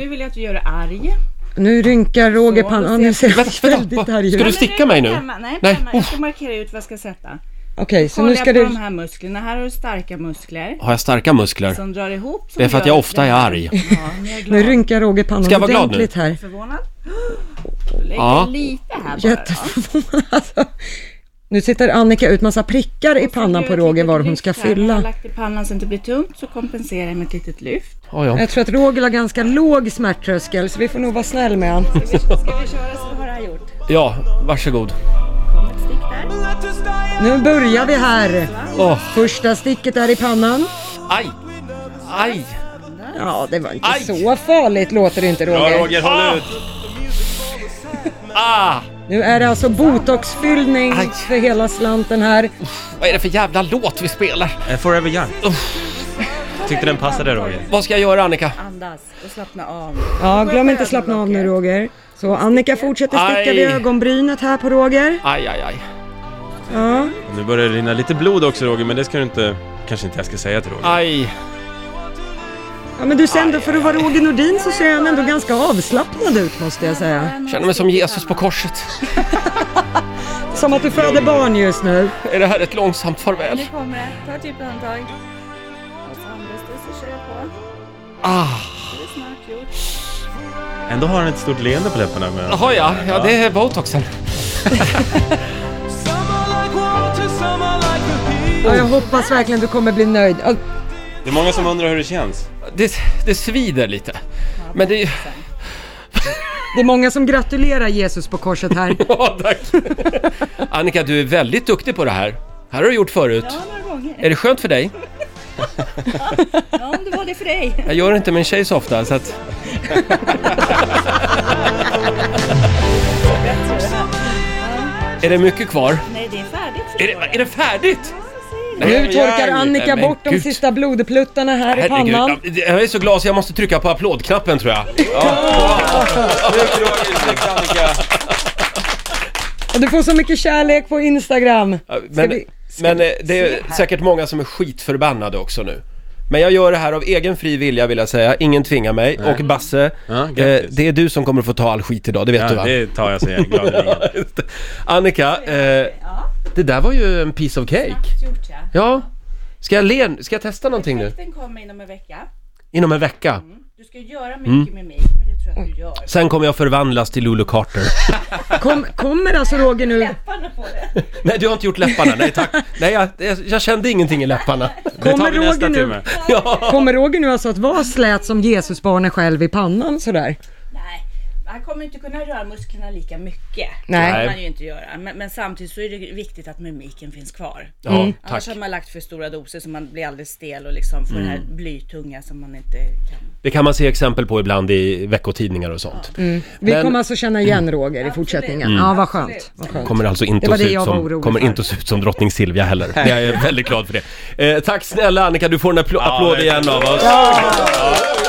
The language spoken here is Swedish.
nu vill jag att du gör det arg. Nu rynkar Roger pannan. Nu ser väldigt arg ut. Ska du sticka mig nu? Nej. Jag ska markera ut vad jag ska sätta. Okej, så nu ska du... du... de här musklerna. Här har du starka muskler. Har jag starka muskler? Som drar ihop. Det är för att jag ofta är arg. Ja, nu rynkar Roger pannan. Ska jag vara glad nu? Här. Förvånad? Lägger lite här bara. Jätteförvånad alltså. Nu sitter Annika ut massa prickar i pannan på Roger var hon ska fylla. När jag har lagt i pannan så det inte blir tungt så kompenserar jag med ett litet lyft. Ja. Jag tror att Roger har ganska låg smärttröskel så vi får nog vara snäll med han. Ska vi köra så har det här gjort? Ja, varsågod. Kom ett stick där. Nu börjar vi här. Första sticket är i pannan. Aj. Ja, det var inte så farligt låter det inte Roger. Ja, Roger, håll ut. Nu är det alltså botoxfyllning för hela slanten här. Vad är det för jävla låt vi spelar? Forever Young. Tyckte den passade Roger. Vad ska jag göra Annika? Andas och slappna av. Ja, glöm inte slappna av nu Roger. Så Annika fortsätter sticka vid ögonbrynet här på Roger. Aj. Ja. Nu börjar det rinna lite blod också Roger, men det ska du inte... Kanske inte jag ska säga till Roger. Aj. Ja, men du ser ändå, för att vara Roger Nordin så ser han ändå ganska avslappnad ut måste jag säga. Känner mig som Jesus på korset. Som att du föder barn just nu. Är det här ett långsamt farväl? Nu kommer det. Ta typ handtag. Och så andas du så kör jag på. Det är snart gjort. Ändå har han ett stort leende på läpparna. Men... Jaha ja, det är botoxen. Ja, jag hoppas verkligen du kommer bli nöjd. Det är många som undrar hur det känns. Det svider lite. Men det är... Det är många som gratulerar Jesus på korset här. Ja, tack. Annika, du är väldigt duktig på det här. Här har du gjort förut. Ja, några gånger. Är det skönt för dig? Ja, om det var det för dig. Jag gör inte med en tjej så ofta, så att... Är det mycket kvar? Nej, det är färdigt. Är det färdigt? Nu torkar Annika bort de sista blodpluttarna här i pannan. Jag är så glad så jag måste trycka på applådknappen tror jag. Och du får så mycket kärlek på Instagram. Men det är säkert många som är skitförbannade också nu. Men jag gör det här av egen fri vilja vill jag säga. Ingen tvingar mig. Nej. Och Basse, det är du som kommer att få ta all skit idag, det vet du va? Det tar jag så jag är glad. Annika, det där var ju en piece of cake. Gjort, ja. Ska jag testa någonting nu? Den kommer inom en vecka. Inom en vecka? Du ska göra mycket med mig, men det tror jag att du gör. Sen kommer jag förvandlas till Lulu Carter. Kommer alltså Roger nu? Läpparna på det. Nej, du har inte gjort läpparna, nej tack. Nej, jag kände ingenting i läpparna. Kommer Roger nu alltså att vara slät som Jesusbarnen själv i pannan sådär? Nej, han kommer inte kunna röra musklerna lika mycket. Nej. Det kan man ju inte göra. Men samtidigt så är det viktigt att mimiken finns kvar. Ja, annars har man lagt för stora doser så man blir alldeles stel och liksom får det här blytunga som man inte kan. Det kan man se exempel på ibland i veckotidningar och sånt. Vi kommer alltså känna igen Roger i fortsättningen. Ja, vad skönt. Kommer alltså inte att se ut som drottning Silvia heller. Jag är väldigt glad för det. Tack snälla Annika, du får en applåd igen av oss. Ja.